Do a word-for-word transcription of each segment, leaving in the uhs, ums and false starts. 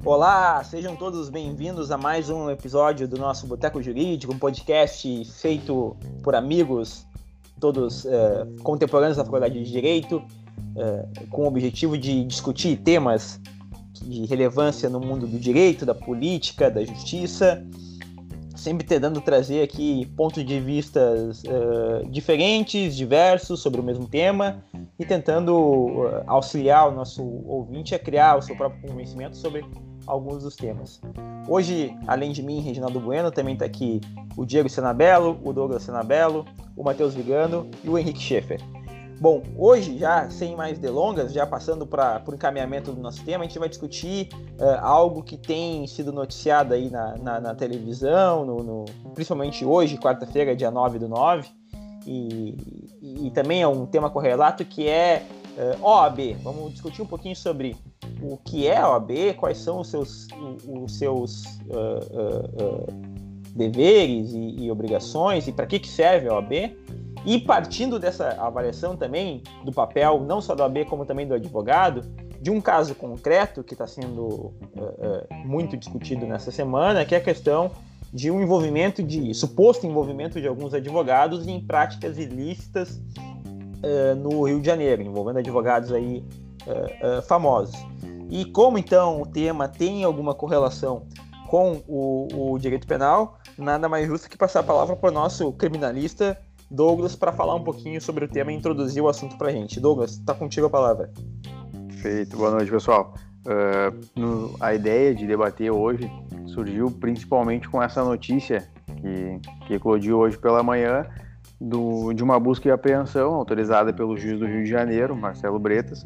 Olá, sejam todos bem-vindos a mais um episódio do nosso Boteco Jurídico, um podcast feito por amigos, todos uh, contemporâneos da Faculdade de Direito, uh, com o objetivo de discutir temas de relevância no mundo do direito, da política, da justiça, sempre tentando trazer aqui pontos de vista uh, diferentes, diversos sobre o mesmo tema e tentando uh, auxiliar o nosso ouvinte a criar o seu próprio conhecimento sobre alguns dos temas. Hoje, além de mim, Reginaldo Bueno, também está aqui o Diego Senabello, o Douglas Senabello, o Matheus Vigano e o Henrique Schaeffer. Bom, hoje, já sem mais delongas, já passando para o encaminhamento do nosso tema, a gente vai discutir uh, algo que tem sido noticiado aí na, na, na televisão, no, no, principalmente hoje, quarta-feira, dia nove do nove, e, e, e também é um tema correlato que é uh, O A B. Vamos discutir um pouquinho sobre o que é a O A B, quais são os seus, os seus uh, uh, uh, deveres e, e obrigações e para que, que serve a O A B. E partindo dessa avaliação também do papel, não só da O A B, como também do advogado, de um caso concreto que está sendo uh, uh, muito discutido nessa semana, que é a questão de um envolvimento, de suposto envolvimento de alguns advogados em práticas ilícitas uh, no Rio de Janeiro, envolvendo advogados aí uh, uh, famosos. E como então o tema tem alguma correlação com o, o direito penal, nada mais justo que passar a palavra para o nosso criminalista Douglas para falar um pouquinho sobre o tema e introduzir o assunto para a gente. Douglas, está contigo a palavra. Perfeito, boa noite, pessoal. Uh, no, a ideia de debater hoje surgiu principalmente com essa notícia que, que eclodiu hoje pela manhã do, de uma busca e apreensão autorizada pelo juiz do Rio de Janeiro, Marcelo Bretas,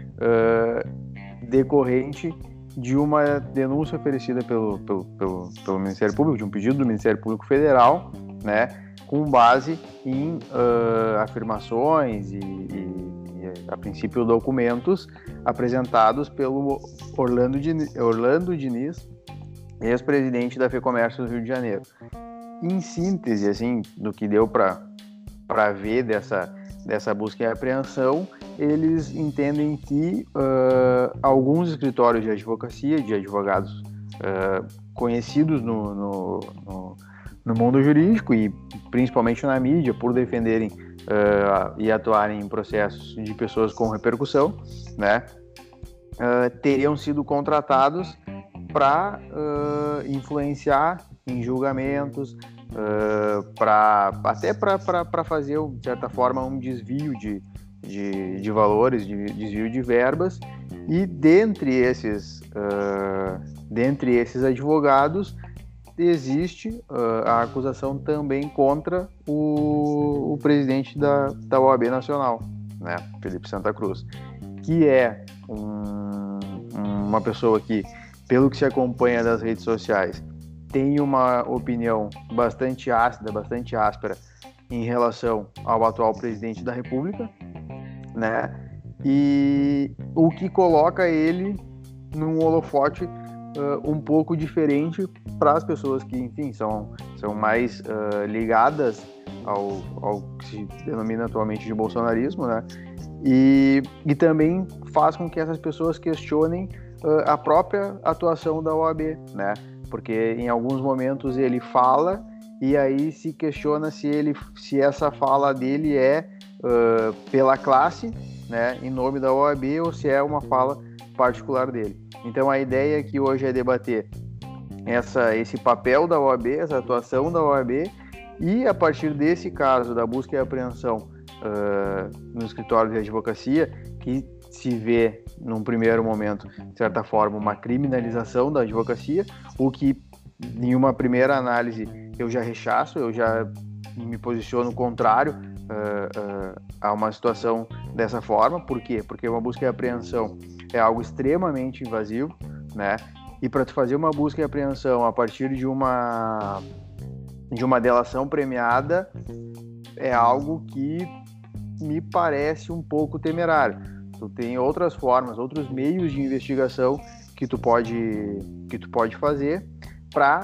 uh, decorrente de uma denúncia oferecida pelo, pelo, pelo, pelo Ministério Público, de um pedido do Ministério Público Federal, né, com base em uh, afirmações e, e, e, a princípio, documentos apresentados pelo Orlando Diniz, Orlando Diniz, ex-presidente da FEComércio do Rio de Janeiro. Em síntese, assim, do que deu para para ver dessa, dessa busca e apreensão, eles entendem que uh, alguns escritórios de advocacia, de advogados uh, conhecidos no, no, no, no mundo jurídico e principalmente na mídia, por defenderem uh, e atuarem em processos de pessoas com repercussão, né, uh, teriam sido contratados para uh, influenciar em julgamentos, uh, pra, até para fazer, de certa forma, um desvio de, de, de valores, de desvio de verbas, e dentre esses, uh, dentre esses advogados existe uh, a acusação também contra o, o presidente da, da O A B Nacional, né, Felipe Santa Cruz, que é um, uma pessoa que, pelo que se acompanha das redes sociais, tem uma opinião bastante ácida, bastante áspera em relação ao atual presidente da República, né? E o que coloca ele num holofote uh, um pouco diferente para as pessoas que, enfim, são, são mais uh, ligadas ao, ao que se denomina atualmente de bolsonarismo, né? E, e também faz com que essas pessoas questionem uh, a própria atuação da O A B, né? Porque em alguns momentos ele fala e aí se questiona se, ele, se essa fala dele é uh, pela classe, né, em nome da O A B, ou se é uma fala particular dele. Então a ideia aqui hoje é debater essa, esse papel da O A B, essa atuação da O A B, e a partir desse caso da busca e apreensão uh, no escritório de advocacia, que se vê, num primeiro momento, de certa forma, uma criminalização da advocacia, o que, em uma primeira análise, eu já rechaço, eu já me posiciono contrário uh, uh, a uma situação dessa forma. Por quê? Porque uma busca e apreensão é algo extremamente invasivo, né? E para tu fazer uma busca e apreensão a partir de uma, de uma delação premiada é algo que me parece um pouco temerário. Tu tem outras formas, outros meios de investigação que tu pode, que tu pode fazer para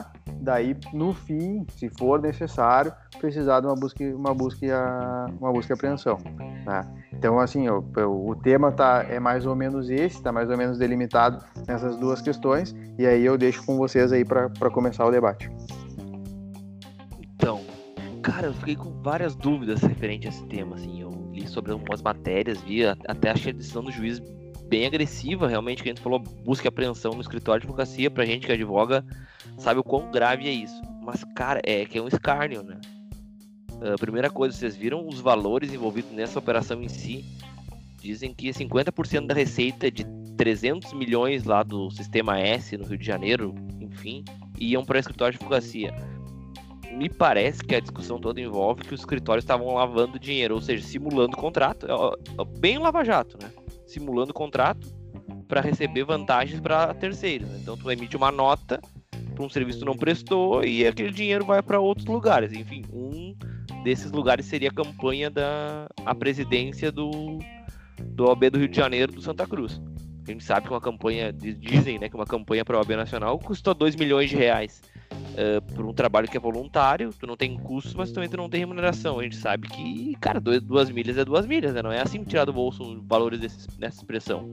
daí, no fim, se for necessário, precisar de uma busca, uma busca, uma busca e apreensão, tá? Então, assim, o, o tema tá, é mais ou menos esse, está mais ou menos delimitado nessas duas questões, e aí eu deixo com vocês aí para começar o debate. Então, cara, eu fiquei com várias dúvidas referente a esse tema, assim, eu li sobre algumas matérias, vi, até achei a decisão do juiz bem agressiva, realmente, que a gente falou, busca e apreensão no escritório de advocacia, pra gente que advoga, sabe o quão grave é isso. Mas, cara, é que é um escárnio, né? A primeira coisa, vocês viram os valores envolvidos nessa operação em si? Dizem que cinquenta por cento da receita de trezentos milhões lá do Sistema S no Rio de Janeiro, enfim, iam para o escritório de advocacia. Me parece que a discussão toda envolve que os escritórios estavam lavando dinheiro, ou seja, simulando contrato, bem lava-jato, né? Simulando contrato para receber vantagens para terceiros, né? Então tu emite uma nota para um serviço que tu não prestou e aquele dinheiro vai para outros lugares. Enfim, um desses lugares seria a campanha da a presidência do, do O A B do Rio de Janeiro, do Santa Cruz. A gente sabe que uma campanha, dizem, né, que uma campanha para o O A B nacional custou dois milhões de reais uh, por um trabalho que é voluntário, tu não tem custos, mas também tu não tem remuneração. A gente sabe que, cara, dois, duas milhas é duas milhas, né? Não é assim tirar do bolso valores desse, dessa expressão.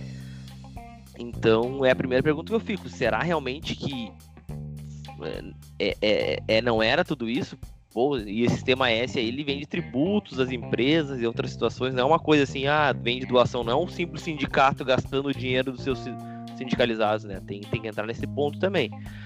Então, é a primeira pergunta que eu fico. Será realmente que é, é, é, não era tudo isso? Pô, e esse Sistema S aí, ele vende tributos das empresas e outras situações, não é uma coisa assim, ah, vende doação, não é um simples sindicato gastando o dinheiro dos seus sindicalizados, né? Tem, tem que entrar nesse ponto também.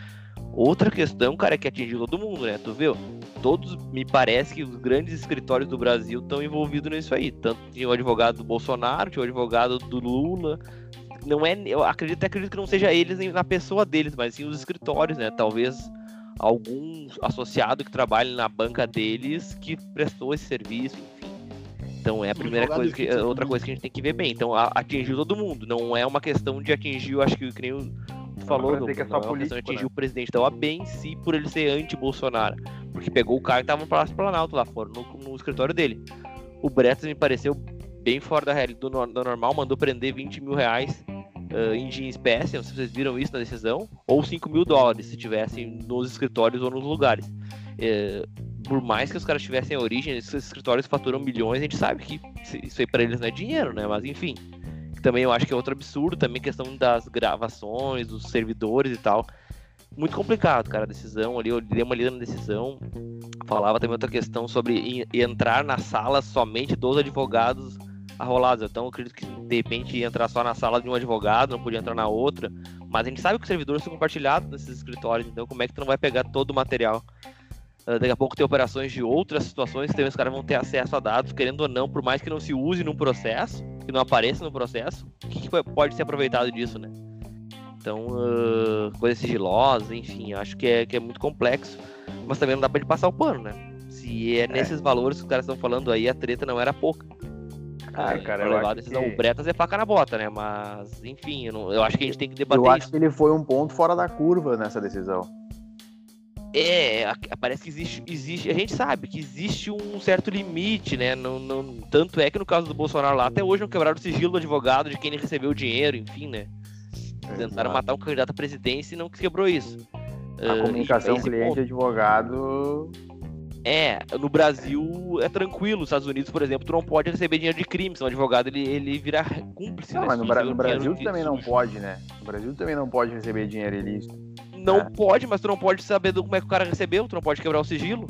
Outra questão, cara, é que atingiu todo mundo, né? Tu viu? Todos, me parece que os grandes escritórios do Brasil estão envolvidos nisso aí. Tanto tinha o advogado do Bolsonaro, tinha o advogado do Lula. Não é, eu acredito, acredito que não seja eles na pessoa deles, mas sim os escritórios, né? Talvez algum associado que trabalhe na banca deles que prestou esse serviço, enfim. Então é a primeira coisa que, outra coisa que a gente tem que ver bem. Então atingiu todo mundo, não é uma questão de atingir, eu acho que que nem o tu falou, não, não, que é, só não é uma questão de atingir, né, o presidente da O A B em si por ele ser anti-Bolsonaro, porque pegou o cara que tava no Palácio Planalto lá fora, no, no escritório dele. O Bretas me pareceu bem fora da realidade do, do normal, mandou prender vinte mil reais Uh, em espécie, não sei se vocês viram isso na decisão, ou cinco mil dólares se tivessem nos escritórios ou nos lugares. Uh, por mais que os caras tivessem origem, esses escritórios faturam milhões, a gente sabe que isso aí pra eles não é dinheiro, né? Mas enfim, também eu acho que é outro absurdo, também questão das gravações, dos servidores e tal. Muito complicado, cara, a decisão ali, eu dei uma lida na decisão, falava também outra questão sobre entrar na sala somente dos advogados arrolados. Então eu acredito que de repente ia entrar só na sala de um advogado, não podia entrar na outra, mas a gente sabe que os servidores são compartilhados nesses escritórios, então como é que tu não vai pegar todo o material? Uh, daqui a pouco tem operações de outras situações, também os caras vão ter acesso a dados, querendo ou não, por mais que não se use num processo, que não apareça no processo, o que, que pode ser aproveitado disso, né? Então, uh, coisas sigilosas, enfim, acho que é, que é muito complexo, mas também não dá pra gente passar o pano, né? Se é nesses é. valores que os caras estão falando aí, a treta não era pouca. Ah, cara, eu levar a decisão, que... o Bretas é faca na bota, né? Mas, enfim, eu, não, eu acho que a gente tem que debater isso. Eu acho isso. que ele foi um ponto fora da curva nessa decisão. É, parece que existe, existe, a gente sabe que existe um certo limite, né? Não, não, tanto é que no caso do Bolsonaro lá, até hoje não quebraram o sigilo do advogado de quem ele recebeu o dinheiro, enfim, né? Tentaram Exato. matar um candidato à presidência e não quebrou isso. A uh, comunicação cliente-advogado... É, no Brasil é tranquilo, nos Estados Unidos, por exemplo, tu não pode receber dinheiro de crime, senão o advogado ele, ele vira cúmplice. Não, né? mas no, Bra- no Brasil tu também não pode, né? No Brasil tu também não pode receber dinheiro ilícito. Não é. pode, mas tu não pode saber do, como é que o cara recebeu, tu não pode quebrar o sigilo.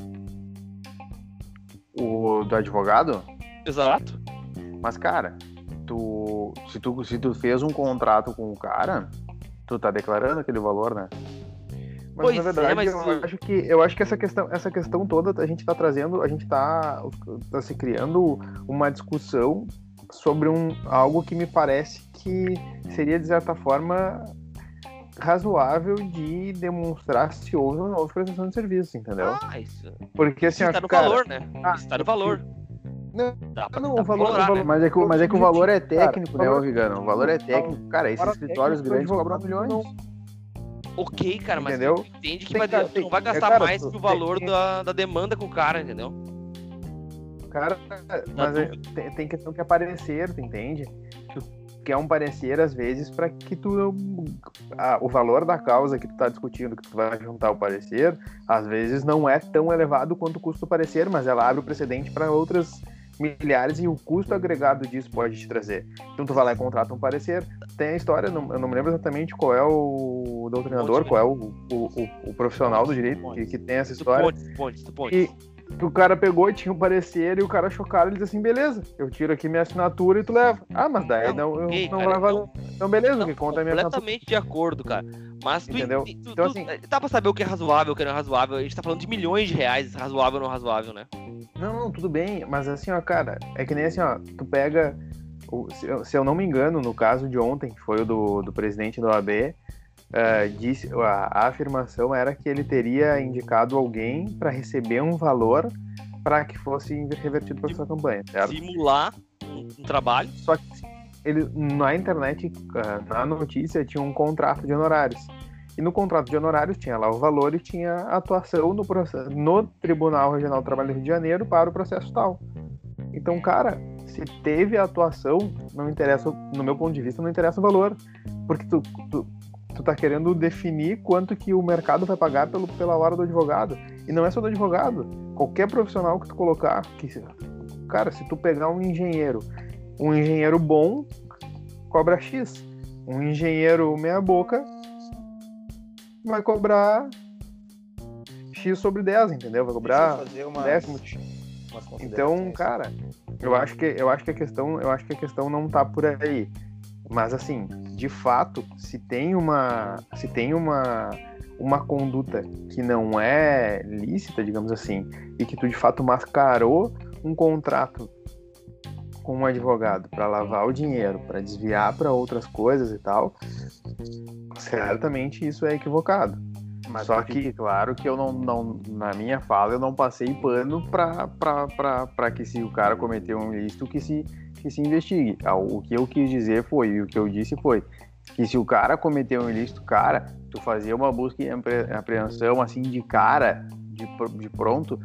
O do advogado? Exato. Mas, cara, tu se, tu, se tu fez um contrato com o cara, tu tá declarando aquele valor, né? Mas pois na verdade, é, mas... eu acho que eu acho que essa questão, essa questão toda a gente está trazendo, a gente está tá se criando uma discussão sobre um, algo que me parece que seria, de certa forma, razoável de demonstrar se houve uma nova prestação de serviço, entendeu? Ah, isso. Porque assim, isso está no cara, valor, né? Ah, isso está no valor. Não, dá pra, não dá o, valor, valorar, o valor, né? mas, é que, mas é que o valor é técnico, cara, né, Vigano? O valor é técnico. Cara, esses escritórios grandes cobram milhões. Ok, cara, mas entendeu? tu entende que tem, vai, cara, tu não vai gastar é, cara, mais que o valor tem, da, da demanda com o cara, entendeu? Cara, mas é, tem, tem questão que aparecer, tu entende? Tu, quer um parecer, às vezes, para que tu... A, o valor da causa que tu tá discutindo, que tu vai juntar o parecer, às vezes não é tão elevado quanto o custo do parecer, mas ela abre o precedente para outras milhares e o custo agregado disso pode te trazer. Então tu vai lá e contrata um parecer. Tem a história, não, eu não me lembro exatamente qual é o doutrinador, qual é o, o, o, o profissional do direito que, que tem essa história. Pontes, pontes, pontes. E que o cara pegou e tinha um parecer e o cara chocado, ele disse assim, beleza, eu tiro aqui minha assinatura e tu leva. Ah, mas daí não, não, okay, não cara, vai valer. Então, então beleza, não, que conta a minha assinatura. completamente de acordo, cara. Mas tu, entendeu? tu, tu, Então, tu, assim, dá pra saber o que é razoável, o que não é razoável. A gente tá falando de milhões de reais, razoável ou não razoável, né? Não, não, tudo bem, mas assim, ó, cara, é que nem assim, ó, tu pega, o, se, eu, se eu não me engano, no caso de ontem, que foi o do, do presidente da O A B, uh, disse, a, a afirmação era que ele teria indicado alguém para receber um valor para que fosse revertido para sua campanha, certo? Simular um, um trabalho. Só que ele, na internet, uh, na notícia, tinha um contrato de honorários. E no contrato de honorários tinha lá o valor e tinha a atuação no, processo, no Tribunal Regional do Trabalho do Rio de Janeiro para o processo tal. Então, cara, se teve a atuação, não interessa, no meu ponto de vista, não interessa o valor. Porque tu, tu, tu tá querendo definir quanto que o mercado vai pagar pelo, pela hora do advogado. E não é só do advogado. Qualquer profissional que tu colocar, que, cara, se tu pegar um engenheiro, um engenheiro bom cobra X. Um engenheiro meia boca vai cobrar X sobre dez, entendeu? Vai cobrar umas, décimo. Então, cara, eu acho que eu acho que a questão, eu acho que a questão não tá por aí. Mas assim, de fato, se tem uma, se tem uma uma conduta que não é lícita, digamos assim, e que tu de fato mascarou um contrato com um advogado para lavar o dinheiro, para desviar para outras coisas e tal, certamente isso é equivocado. Mas só que, claro, que eu não, não na minha fala, eu não passei pano para que se o cara cometeu um ilícito, que se, que se investigue. O que eu quis dizer foi, e o que eu disse foi, que se o cara cometeu um ilícito, cara, tu fazer uma busca e apreensão assim de cara, de, de pronto,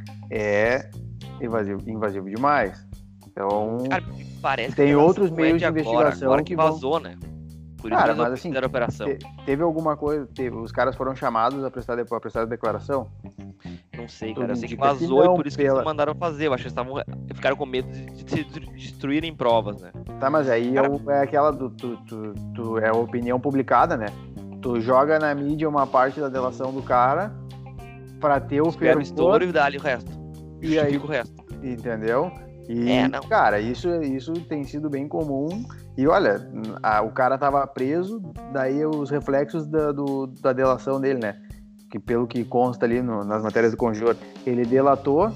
é invasivo, invasivo demais. Então, cara, parece tem que outros meios de agora, investigação agora que vão... vazou, né? Por isso cara, eles mas assim, fizeram a operação. Te, teve alguma coisa, teve, os caras foram chamados a prestar, a prestar declaração? Não sei, Tudo cara, eu sei que indica que vazou não, e por isso pela- que eles mandaram fazer. Eu acho que eles estavam, ficaram com medo de, de se destruírem provas, né? Tá, mas aí Cara- é, o- é aquela do, tu, tu, tu- é a opinião publicada, né? Tu joga na mídia uma parte da delação do cara pra ter o Espera o fervor, estouro e dá-lhe o resto. E aí- Justifica o resto. entendeu? E, É, não. cara, isso, isso tem sido bem comum. E olha, a- o cara tava preso, daí os reflexos da, do- da delação dele, né? Que pelo que consta ali no- nas matérias do Conjur, ele delatou,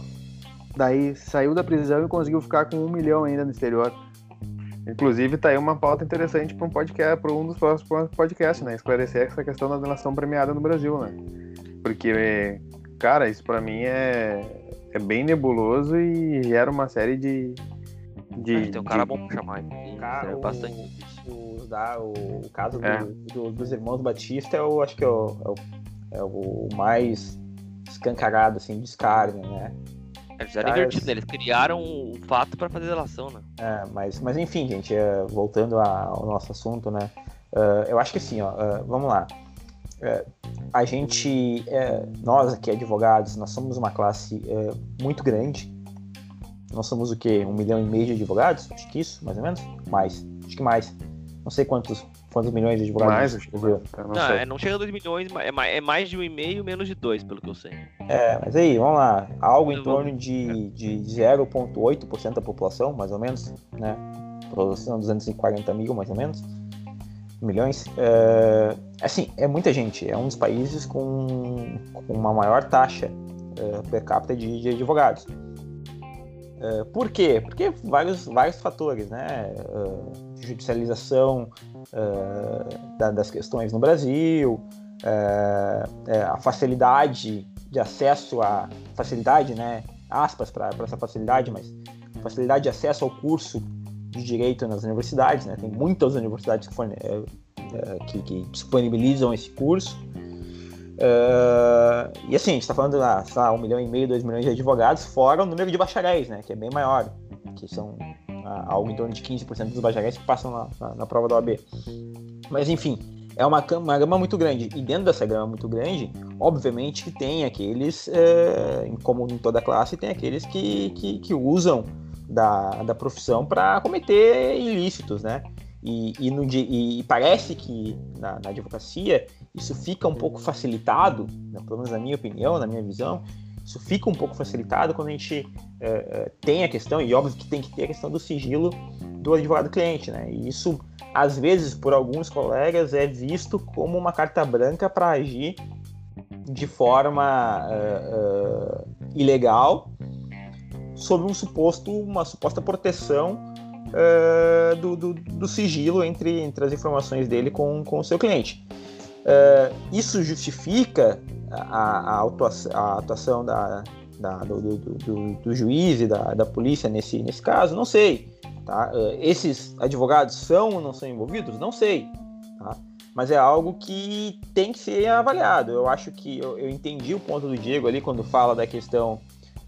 daí saiu da prisão e conseguiu ficar com um milhão ainda no exterior. Inclusive, tá aí uma pauta interessante para um podcast, para um dos próximos podcasts, né? Esclarecer essa questão da delação premiada no Brasil, né? Porque, cara, isso pra mim é, é bem nebuloso e gera uma série de... de Ah, tem um cara de- bom pra chamar. Tem, Cara, é o- bastante isso. O, da- o, o caso do- É. do- dos irmãos Batista, eu acho que é o, é o, é o mais escancarado, assim, de escárnio, né? Eles fizeram Caras- invertido, né? Eles criaram o fato pra fazer delação, né? É, mas, mas enfim, gente, é, voltando a- ao nosso assunto, né? é, eu acho que assim, ó, é, vamos lá. É, a gente, é, nós aqui advogados, nós somos uma classe é, muito grande. Nós somos o quê? Um milhão e meio de advogados? Acho que isso, mais ou menos? Mais, acho que mais. Não sei quantos, quantos milhões de advogados. mais, acho que Brasil. eu não Não, sei. é, não chega a dois milhões, é mais, é mais de um e meio, menos de dois, pelo que eu sei. É, mas aí, vamos lá. Algo em Eu torno vou- de, de zero vírgula oito por cento da população, mais ou menos, né? População duzentos e quarenta mil, mais ou menos, milhões. É, assim, é muita gente. É um dos países com, com uma maior taxa é, per capita de, de advogados. É, por quê? Porque vários, vários fatores, né? É, judicialização é, da- das questões no Brasil, é, é, a facilidade de acesso à facilidade, né? Aspas para essa facilidade, mas facilidade de acesso ao curso de direito nas universidades, né? Tem muitas universidades que, forne- é, é, que, que disponibilizam esse curso. É, e assim, a gente está falando lá, sei lá, um milhão e meio, dois milhões de advogados, fora o número de bacharéis, né? Que é bem maior, que são algo em torno de quinze por cento dos bacharéis que passam na, na, na prova da O A B. Mas enfim, é uma, uma gama muito grande, e dentro dessa gama muito grande, obviamente tem aqueles, é, como em toda classe, tem aqueles que, que, que usam da, da profissão para cometer ilícitos, né? E, e, no, e parece que na, na advocacia isso fica um pouco facilitado, né, pelo menos na minha opinião, na minha visão, isso fica um pouco facilitado quando a gente é, tem a questão, e óbvio que tem que ter a questão do sigilo do advogado-cliente, né? E isso, às vezes, por alguns colegas, é visto como uma carta branca para agir de forma uh, uh, ilegal sobre um suposto, uma suposta proteção Uh, do, do, do sigilo entre, entre as informações dele com, com o seu cliente. Uh, isso justifica a, a, atuação, a atuação da, da, do, do, do, do juiz e da, da polícia nesse, nesse caso? Não sei. Tá? Uh, esses advogados são ou não são envolvidos? Não sei. Tá? Mas é algo que tem que ser avaliado. Eu acho que eu, eu entendi o ponto do Diego ali quando fala da questão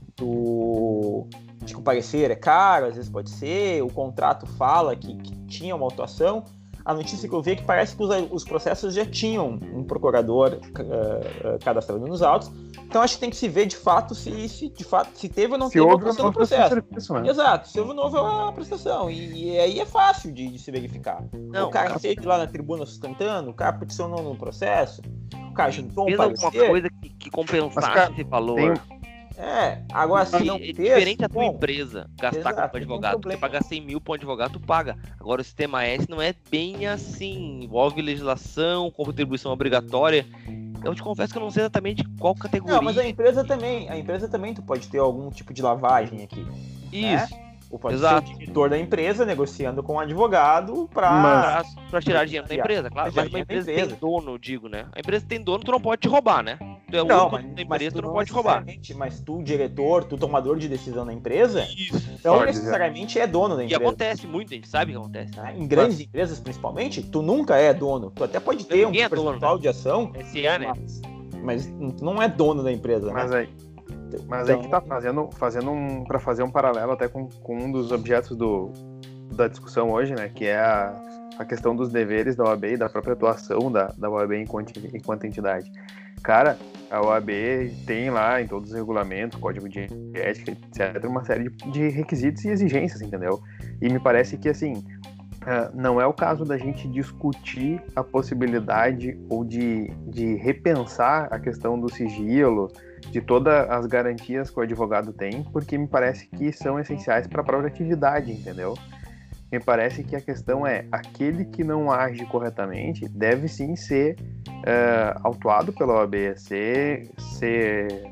do... de que o parecer é caro, às vezes pode ser, o contrato fala que, que tinha uma autuação. A notícia que eu vi é que parece que os, os processos já tinham um procurador uh, uh, cadastrado nos autos. Então acho que tem que se ver de fato se, se, de fato, se teve ou não se teve houve autuação no no processo. Serviço, né? Exato, se houve ou não houve a prestação. E, e aí é fácil de, de se verificar. Não, o cara cara... esteve lá na tribuna sustentando, o cara peticionou no processo, o cara juntou um fez parecer. alguma coisa que, que compensasse cara, esse valor. Tem... É, agora se não é ter, diferente a tua bom, empresa gastar exato, com o advogado, tu quer pagar cem mil para um advogado, tu paga. Agora o sistema S não é bem assim, envolve legislação, contribuição obrigatória. Eu te confesso que eu não sei exatamente qual categoria. Não, mas a empresa também, a empresa também tu pode ter algum tipo de lavagem aqui. Isso. Né? Ou pode Exato. ser o diretor da empresa negociando com o advogado para Mas... para tirar dinheiro da empresa, claro. Tirar Mas uma dinheiro da empresa, empresa. tem dono, eu digo, né? A empresa tem dono, tu não pode te roubar, né? Tu é o não, único mas, da mas empresa, tu tu não pode roubar. Mas tu, diretor, tu tomador de decisão da empresa, Isso. não Pode necessariamente é dono da E empresa. acontece muito, a gente sabe que acontece. Né? Em grandes mas... empresas, principalmente, tu nunca é dono. Tu até pode ter um é percentual dono, né? de ação, S A, né? mas, mas tu não é dono da empresa. Mas né? aí, mas então... aí que tá fazendo, fazendo um, para fazer um paralelo até com, com um dos objetos do, da discussão hoje, né? Que é a, a questão dos deveres da O A B e da própria atuação da, da O A B enquanto, enquanto entidade. Cara, a O A B tem lá em todos os regulamentos, código de ética, etcétera, uma série de, de requisitos e exigências, entendeu? E me parece que, assim, uh, não é o caso da gente discutir a possibilidade ou de, de repensar a questão do sigilo, de todas as garantias que o advogado tem, porque me parece que são essenciais para a própria atividade, entendeu? Me parece que a questão é, aquele que não age corretamente deve sim ser uh, autuado pela O A B, ser, ser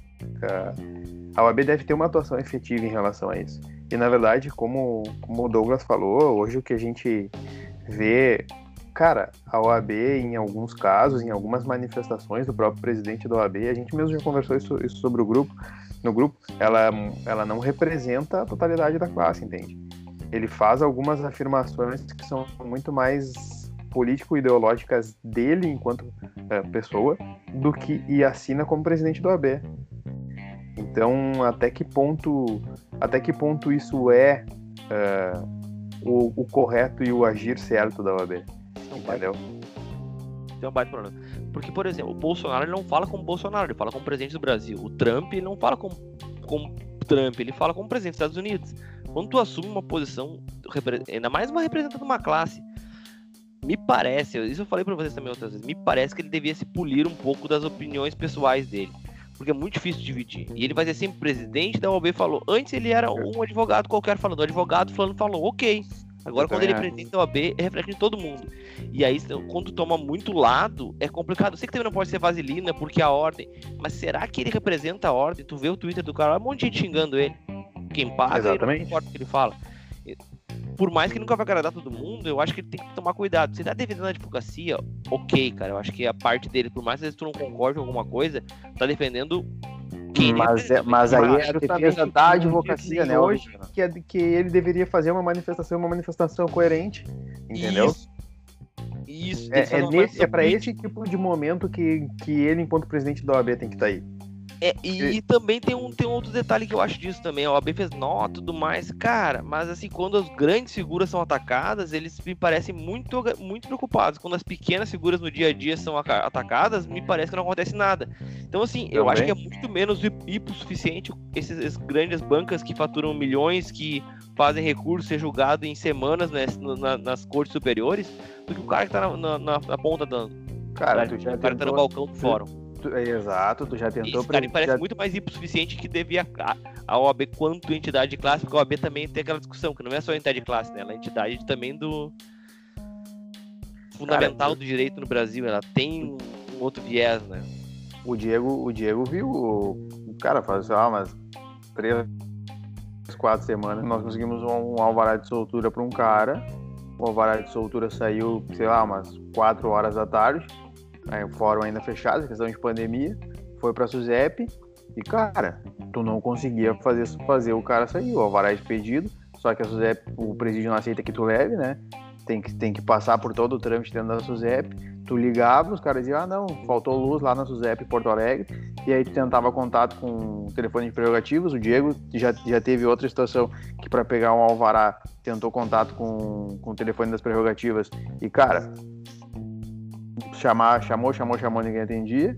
uh, a O A B deve ter uma atuação efetiva em relação a isso. E na verdade, como, como o Douglas falou, hoje o que a gente vê, cara, a O A B em alguns casos, em algumas manifestações do próprio presidente da O A B, a gente mesmo já conversou isso, isso sobre o grupo, no grupo, ela, ela não representa a totalidade da classe, entende? Ele faz algumas afirmações que são muito mais político-ideológicas dele enquanto é, pessoa do que e assina como presidente da O A B. Então, até que ponto, até que ponto isso é, é o, o correto e o agir certo da O A B? Entendeu? Tem um baita problema. Porque, por exemplo, o Bolsonaro ele não fala como Bolsonaro, ele fala como presidente do Brasil. O Trump ele não fala como, como Trump, ele fala como presidente dos Estados Unidos. Quando tu assume uma posição, ainda mais uma representante de uma classe, me parece, isso eu falei pra vocês também outras vezes, me parece que ele devia se polir um pouco das opiniões pessoais dele, porque é muito difícil dividir. E ele vai ser sempre presidente da O A B, falou. Antes ele era um advogado qualquer falando, o advogado falando, falou, ok. Agora, eu quando ele é presidente da O A B, é reflete em todo mundo. E aí, quando tu toma muito lado, é complicado. Eu sei que também não pode ser vaselina, porque é a ordem. Mas será que ele representa a ordem? Tu vê o Twitter do cara, um monte de gente xingando ele. Quem paga, exatamente, ele não importa o que ele fala. Por mais que nunca vai agradar todo mundo, eu acho que ele tem que tomar cuidado. Se tá defendendo a advocacia, ok, cara. Eu acho que a parte dele, por mais que tu não concorde com alguma coisa, tá defendendo quem mas, ele é, mas aí é a defesa da que advocacia, né? Hoje, que, é, que ele deveria fazer uma manifestação, uma manifestação coerente, entendeu? Isso. Isso. É, é, nesse, é para esse tipo de momento que, que ele, enquanto presidente da O A B, tem que estar aí. É, e, e também tem um, tem um outro detalhe que eu acho disso também. A O A B fez nó e tudo mais. Cara, mas assim, quando as grandes figuras são atacadas, eles me parecem muito, muito preocupados. Quando as pequenas figuras no dia a dia são atacadas, me parece que não acontece nada. Então, assim, eu Também. acho que é muito menos hipossuficiente esses, esses grandes bancas que faturam milhões, que fazem recurso ser julgado em semanas, né, na, nas cortes superiores, do que o cara que tá na, na, na ponta da. Cara, da, tu já o cara que tá no tentou- balcão do fórum. Tu- é, exato, tu já tentou... Esse cara me parece já- muito mais hipossuficiente que devia a, a O A B quanto entidade de classe, porque a O A B também tem aquela discussão, que não é só entidade de classe, né? Ela é entidade também do fundamental Cara, do direito no Brasil, ela tem um outro viés, né? O Diego, o Diego viu, o, o cara faz, sei lá, umas três, quatro semanas, nós conseguimos um, um alvará de soltura para um cara, o alvará de soltura saiu, sei lá, umas quatro horas da tarde, aí o fórum ainda fechado, questão de pandemia, foi pra SUSEP, e cara, tu não conseguia fazer, fazer o cara sair, o alvará é expedido, só que a SUSEP, o presídio não aceita que tu leve, né, tem que, tem que passar por todo o trâmite dentro da SUSEP, tu ligava, os caras diziam, ah não, faltou luz lá na SUSEP Porto Alegre, e aí tu tentava contato com o telefone de prerrogativas, o Diego já, já teve outra situação que para pegar um alvará tentou contato com, com o telefone das prerrogativas, e cara, chamar, chamou, chamou, chamou, ninguém atendia,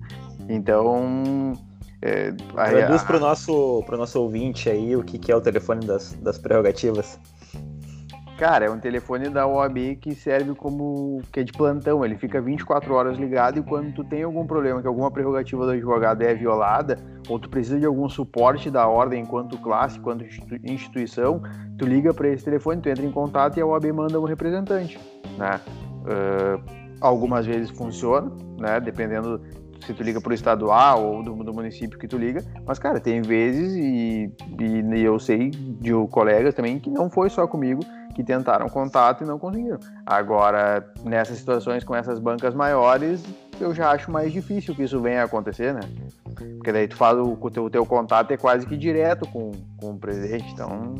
então... É, Traduz para o nosso, pro nosso ouvinte aí o que, que é o telefone das, das prerrogativas. Cara, é um telefone da O A B que serve como... que é de plantão, ele fica vinte e quatro horas ligado, e quando tu tem algum problema, que alguma prerrogativa do advogado é violada, ou tu precisa de algum suporte da ordem enquanto classe, enquanto instituição, tu liga para esse telefone, tu entra em contato e a O A B manda um representante, né? Uh, algumas vezes funciona, né? Dependendo se tu liga pro estadual ou do, do município que tu liga, mas cara, tem vezes e, e eu sei de colegas também que não foi só comigo, que tentaram contato e não conseguiram. Agora, nessas situações com essas bancas maiores, eu já acho mais difícil que isso venha a acontecer, né? Porque daí tu faz o, o, teu, o teu contato é quase que direto com, com o presidente, então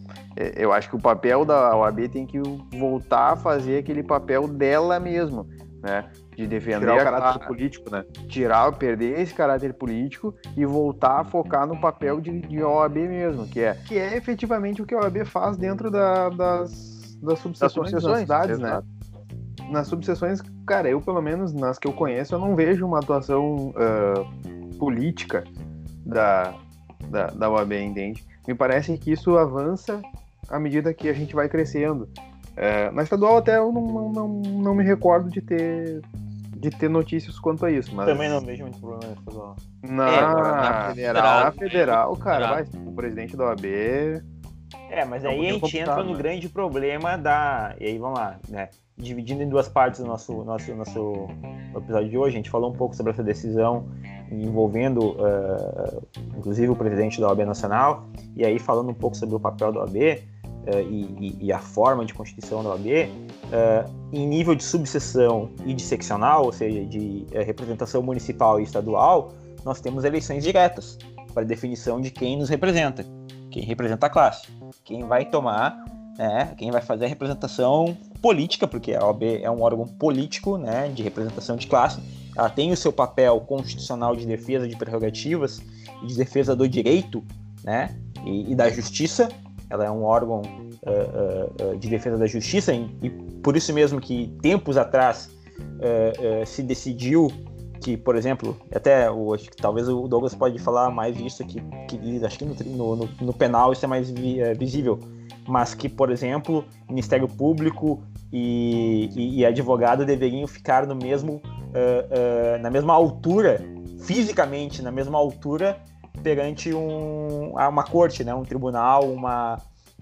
eu acho que o papel da O A B tem que voltar a fazer aquele papel dela mesmo, né? De defender tirar o a caráter a, político, né? Tirar, perder esse caráter político e voltar a focar no papel de, de O A B mesmo, que é, que é efetivamente o que a O A B faz dentro da, das, das subseções das, das cidades, né? Nas subseções, cara, eu pelo menos nas que eu conheço, eu não vejo uma atuação uh, política da, da, da O A B, entende? Me parece que isso avança à medida que a gente vai crescendo. Uh, na estadual até eu não, não, não, não me recordo de ter... de ter notícias quanto a isso, mas... Também não vejo muito problema nessa estadual. Na, É, agora na federal, na federal, cara, federal. vai, o presidente da O A B... É, mas É um aí a pouquinho gente entra complicado, no né? grande problema da... E aí, vamos lá, né? Dividindo em duas partes o nosso, nosso, nosso episódio de hoje, a gente falou um pouco sobre essa decisão envolvendo, uh, inclusive, o presidente da O A B Nacional, e aí falando um pouco sobre o papel da O A B, Uh, e, e a forma de constituição da O A B, uh, em nível de subseção e de seccional, ou seja, de uh, representação municipal e estadual, nós temos eleições diretas para definição de quem nos representa, quem representa a classe, quem vai tomar, né, quem vai fazer a representação política, porque a O A B é um órgão político, né, de representação de classe, ela tem o seu papel constitucional de defesa de prerrogativas e de defesa do direito, né, e, e da justiça. Ela é um órgão uh, uh, de defesa da justiça e, e por isso mesmo que tempos atrás uh, uh, se decidiu que, por exemplo, até o, acho que talvez o Douglas pode falar mais disso aqui, que acho que no, no, no penal isso é mais vi, é, visível, mas que, por exemplo, Ministério Público e, e, e advogado deveriam ficar no mesmo, uh, uh, na mesma altura, fisicamente na mesma altura, perante um, uma corte, né, um tribunal, uma,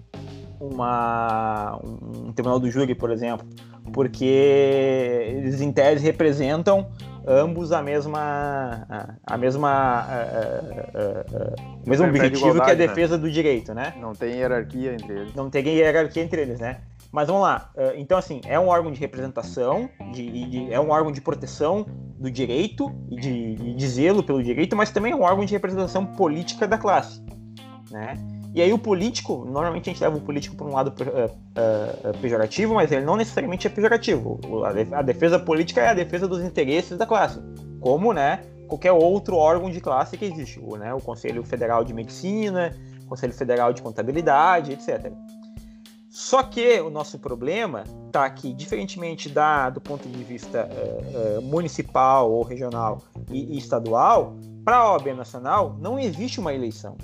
uma, um tribunal do júri, por exemplo, porque eles em tese representam ambos a mesma, a, a mesma, a, a, a, o mesmo objetivo, que é a defesa, né, do direito, né? Não tem hierarquia entre eles. Não tem hierarquia entre eles, né? Mas vamos lá, então assim, é um órgão de representação, de, de, é um órgão de proteção do direito e de, de zelo pelo direito, mas também é um órgão de representação política da classe, né? E aí o político, normalmente a gente leva o político por um lado uh, uh, pejorativo, mas ele não necessariamente é pejorativo. A defesa política é a defesa dos interesses da classe, como, né, qualquer outro órgão de classe que existe, o, né, o Conselho Federal de Medicina, o Conselho Federal de Contabilidade, etcétera. Só que o nosso problema está que, diferentemente da, do ponto de vista uh, uh, municipal ou regional e, e estadual, para a O A B Nacional não existe uma eleição.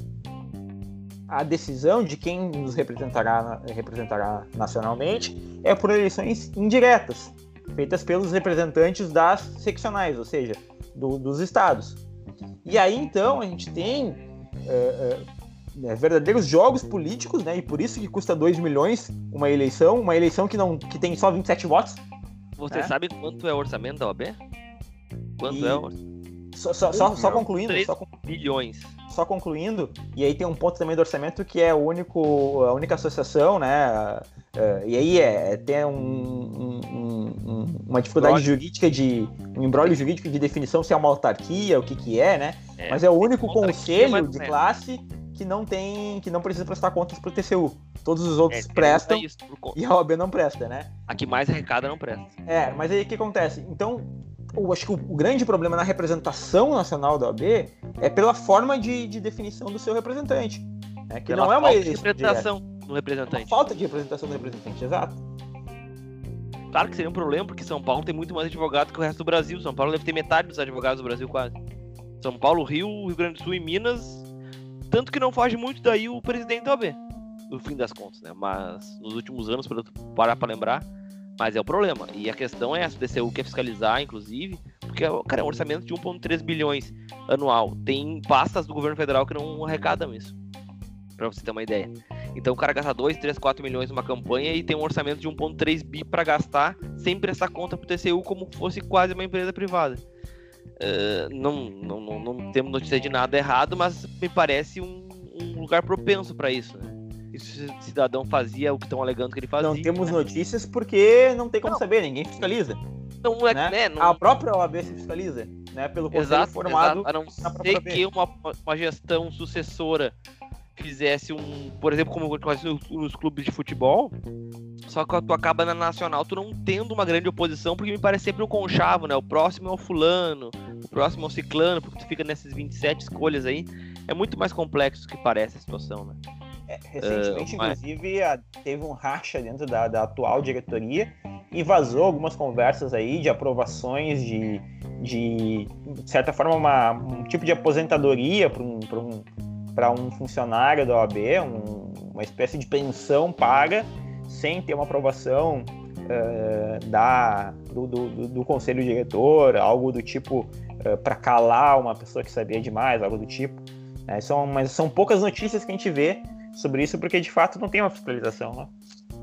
A decisão de quem nos representará, representará nacionalmente é por eleições indiretas, feitas pelos representantes das seccionais, ou seja, do, dos estados. E aí, então, a gente tem uh, uh, verdadeiros jogos políticos, né? E por isso que custa dois milhões uma eleição, uma eleição que, não, que tem só vinte e sete votos. Você né? sabe quanto é o orçamento da O A B? Quanto E... é o orçamento? Só, só, só, só concluindo, só, bilhões. Só concluindo, e aí tem um ponto também do orçamento que é o único, a única associação, né? Uh, e aí é, é ter um, um, um, uma dificuldade Imbróglio. jurídica de um embrólio jurídico de definição se é uma autarquia, o que que é, né? É, mas é o único autarquia, conselho mas de não é. classe que não tem, que não precisa prestar contas pro T C U. Todos os outros É, prestam é isso, por conta. e a O A B não presta, né? A que mais arrecada não presta. É, mas aí o que acontece? Então, eu acho que o, o grande problema na representação nacional da O A B é pela forma de, de definição do seu representante. Né? Que Pela não é uma falta de eleição representação direta. do Uma representante. falta de representação do representante, exato. Claro que seria um problema, porque São Paulo tem muito mais advogado que o resto do Brasil. São Paulo deve ter metade dos advogados do Brasil, quase. São Paulo, Rio, Rio Grande do Sul e Minas. Tanto que não foge muito daí o presidente da O A B, no fim das contas, né? Mas nos últimos anos, para parar para lembrar, mas é o problema. E a questão é essa, o T C U quer fiscalizar, inclusive, porque, cara, é um orçamento de um vírgula três bilhões anual. Tem pastas do governo federal que não arrecadam isso, pra você ter uma ideia. Então o cara gasta dois, três, quatro milhões numa campanha e tem um orçamento de um vírgula três bi para gastar sem prestar conta pro T C U como fosse quase uma empresa privada. Uh, não, não, não, não temos notícia de nada errado, mas me parece um, um lugar propenso para isso, né? E se o cidadão fazia o que estão alegando que ele fazia... Não temos notícias porque não tem como Não. saber, ninguém fiscaliza. Não é, né? né? Não... A própria O A B se fiscaliza, né? Pelo conselho Exato, formado exato. A não na própria ser O A B. que uma, uma gestão sucessora fizesse um, por exemplo, como acontece nos, nos clubes de futebol, só que tu acaba na nacional tu não tendo uma grande oposição, porque me parece sempre um conchavo, né? O próximo é o fulano, o próximo é o ciclano, porque tu fica nessas vinte e sete escolhas aí. É muito mais complexo do que parece a situação, né? É, recentemente, Uh, mas... inclusive, a, teve um racha dentro da, da atual diretoria e vazou algumas conversas aí de aprovações de, de, de certa forma, uma, um tipo de aposentadoria para um, para um, para um funcionário da O A B, um, uma espécie de pensão paga, sem ter uma aprovação uh, da, do, do, do conselho diretor, algo do tipo uh, para calar uma pessoa que sabia demais, algo do tipo. É, são, mas são poucas notícias que a gente vê sobre isso, porque de fato não tem uma fiscalização, né?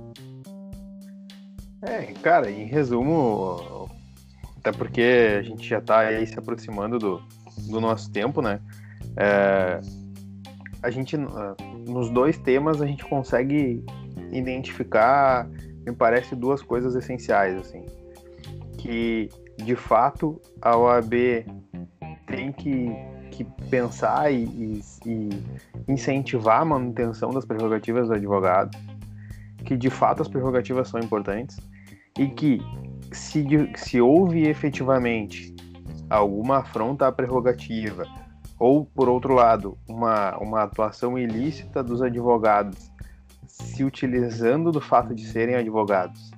É, cara, em resumo, até porque a gente já tá aí se aproximando do, do nosso tempo, né? É, a gente, nos dois temas, a gente consegue identificar, me parece, duas coisas essenciais, assim. Que, de fato, a O A B tem que, que pensar e, e, e incentivar a manutenção das prerrogativas do advogado, que, de fato, as prerrogativas são importantes, e que, se, se houve efetivamente alguma afronta à prerrogativa, ou, por outro lado, uma, uma atuação ilícita dos advogados se utilizando do fato de serem advogados,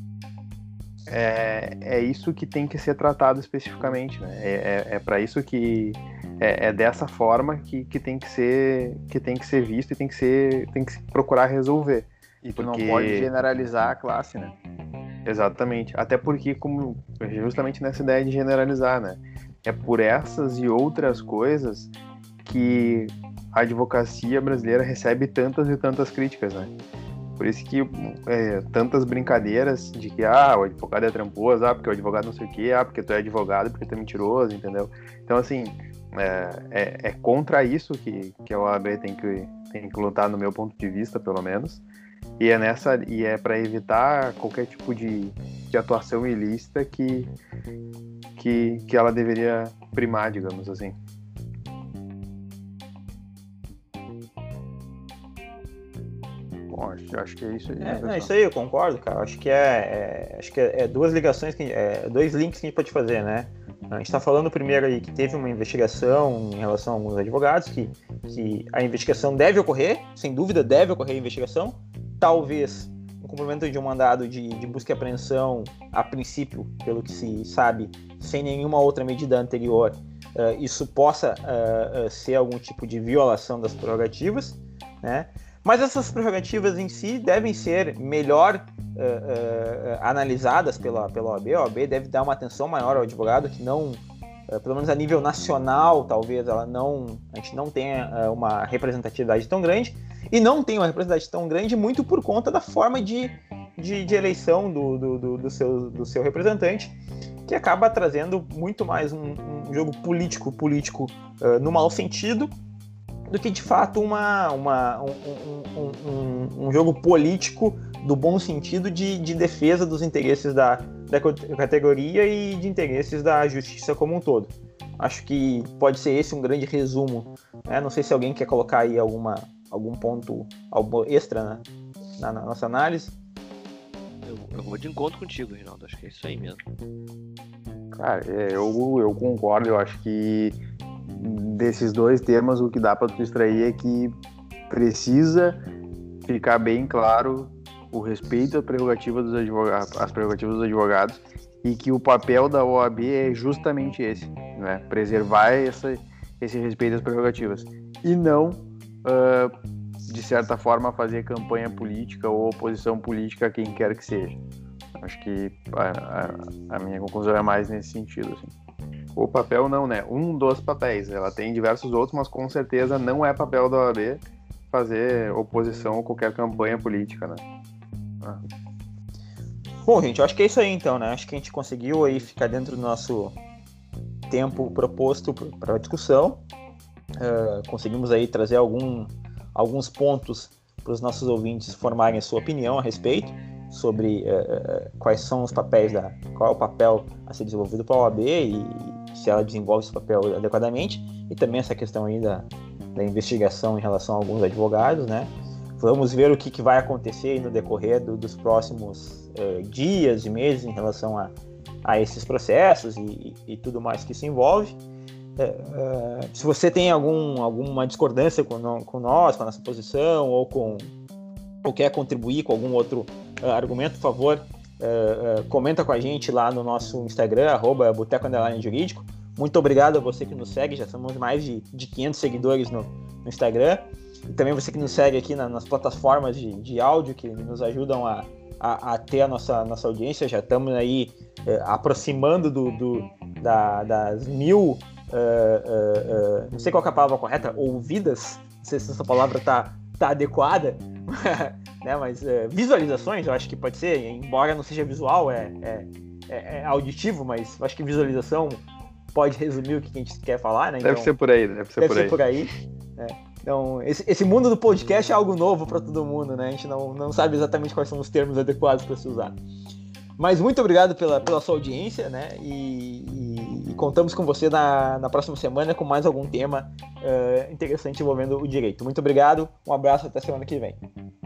é, é isso que tem que ser tratado especificamente, né? É, é, é para isso que é, é dessa forma que, que tem que ser que tem que ser visto e tem que ser tem que se procurar resolver. E tu porque... não pode generalizar a classe, né? Exatamente. Até porque, como justamente nessa ideia de generalizar, né? É por essas e outras coisas que a advocacia brasileira recebe tantas e tantas críticas, né? Por isso que é, tantas brincadeiras de que ah, o advogado é tramposo, ah, porque o advogado não sei o quê, ah, porque tu é advogado, porque tu é mentiroso, entendeu? Então, assim, é, é, é contra isso que, que a O A B tem que, tem que lutar, no meu ponto de vista, pelo menos. E é, nessa, e é para evitar qualquer tipo de, de atuação ilícita que, que, que ela deveria primar, digamos assim. Bom, acho, acho que é isso aí. É, né, não, isso aí eu concordo, cara. Acho que é, é acho que é, é duas ligações, que, é, dois links que a gente pode fazer, né? A gente está falando primeiro aí que teve uma investigação em relação a alguns advogados, que, que a investigação deve ocorrer, sem dúvida deve ocorrer a investigação, talvez o cumprimento de um mandado de, de busca e apreensão, a princípio, pelo que se sabe, sem nenhuma outra medida anterior, uh, isso possa uh, uh, ser algum tipo de violação das prerrogativas, né? Mas essas prerrogativas em si devem ser melhor uh, uh, analisadas pela, pela O A B. A O A B deve dar uma atenção maior ao advogado, que não, uh, pelo menos a nível nacional, talvez ela não, a gente não tenha uh, uma representatividade tão grande, e não tem uma representatividade tão grande muito por conta da forma de, de, de eleição do, do, do, do, seu, do seu representante, que acaba trazendo muito mais um, um jogo político, político uh, no mau sentido, do que de fato uma, uma, um, um, um, um jogo político do bom sentido de, de defesa dos interesses da, da categoria e de interesses da justiça como um todo. Acho que pode ser esse um grande resumo, né? Não sei se alguém quer colocar aí alguma, algum ponto algo extra, né, na, na nossa análise. Eu, eu vou de encontro contigo, Reinaldo, acho que é isso aí mesmo. Cara, eu, eu concordo, eu acho que desses dois temas, o que dá para tu extrair é que precisa ficar bem claro o respeito à prerrogativa dos advogados, às prerrogativas dos advogados, e que o papel da O A B é justamente esse, né? Preservar essa, esse respeito às prerrogativas e não, uh, de certa forma, fazer campanha política ou oposição política a quem quer que seja. Acho que a, a, a minha conclusão é mais nesse sentido, assim. O papel não, né? Um dos papéis. Ela tem diversos outros, mas com certeza não é papel da O A B fazer oposição a qualquer campanha política, né? Ah. Bom, gente, eu acho que é isso aí então, né? Acho que a gente conseguiu aí ficar dentro do nosso tempo proposto para a discussão. Uh, conseguimos aí trazer algum, alguns pontos para os nossos ouvintes formarem a sua opinião a respeito sobre uh, quais são os papéis da, qual é o papel a ser desenvolvido pela O A B e se ela desenvolve esse papel adequadamente, e também essa questão aí da, da investigação em relação a alguns advogados, né? Vamos ver o que, que vai acontecer aí no decorrer do, dos próximos uh, dias e meses em relação a, a esses processos e, e tudo mais que isso envolve. Uh, uh, se você tem algum, alguma discordância com, no, com nós, com a nossa posição, ou, com, ou quer contribuir com algum outro uh, argumento, por favor, uh, uh, comenta com a gente lá no nosso Instagram, arroba Boteco Underline Jurídico. Muito obrigado a você que nos segue, já somos mais de, de quinhentos seguidores no, no Instagram. E também você que nos segue aqui na, nas plataformas de, de áudio, que nos ajudam a, a, a ter a nossa, nossa audiência. Já estamos aí uh, aproximando do, do, da, das mil... Uh, uh, uh, não sei qual que é a palavra correta, ouvidas, não sei se essa palavra tá, tá adequada, né, mas uh, visualizações, eu acho que pode ser, embora não seja visual, é, é, é auditivo, mas eu acho que visualização pode resumir o que a gente quer falar, né? Então, deve ser por aí, deve ser deve por ser aí. Por aí né? Então, esse, esse mundo do podcast é algo novo para todo mundo, né? A gente não, não sabe exatamente quais são os termos adequados para se usar. Mas muito obrigado pela, pela sua audiência, né? E, e, e contamos com você na, na próxima semana com mais algum tema uh, interessante envolvendo o direito. Muito obrigado, um abraço, até semana que vem.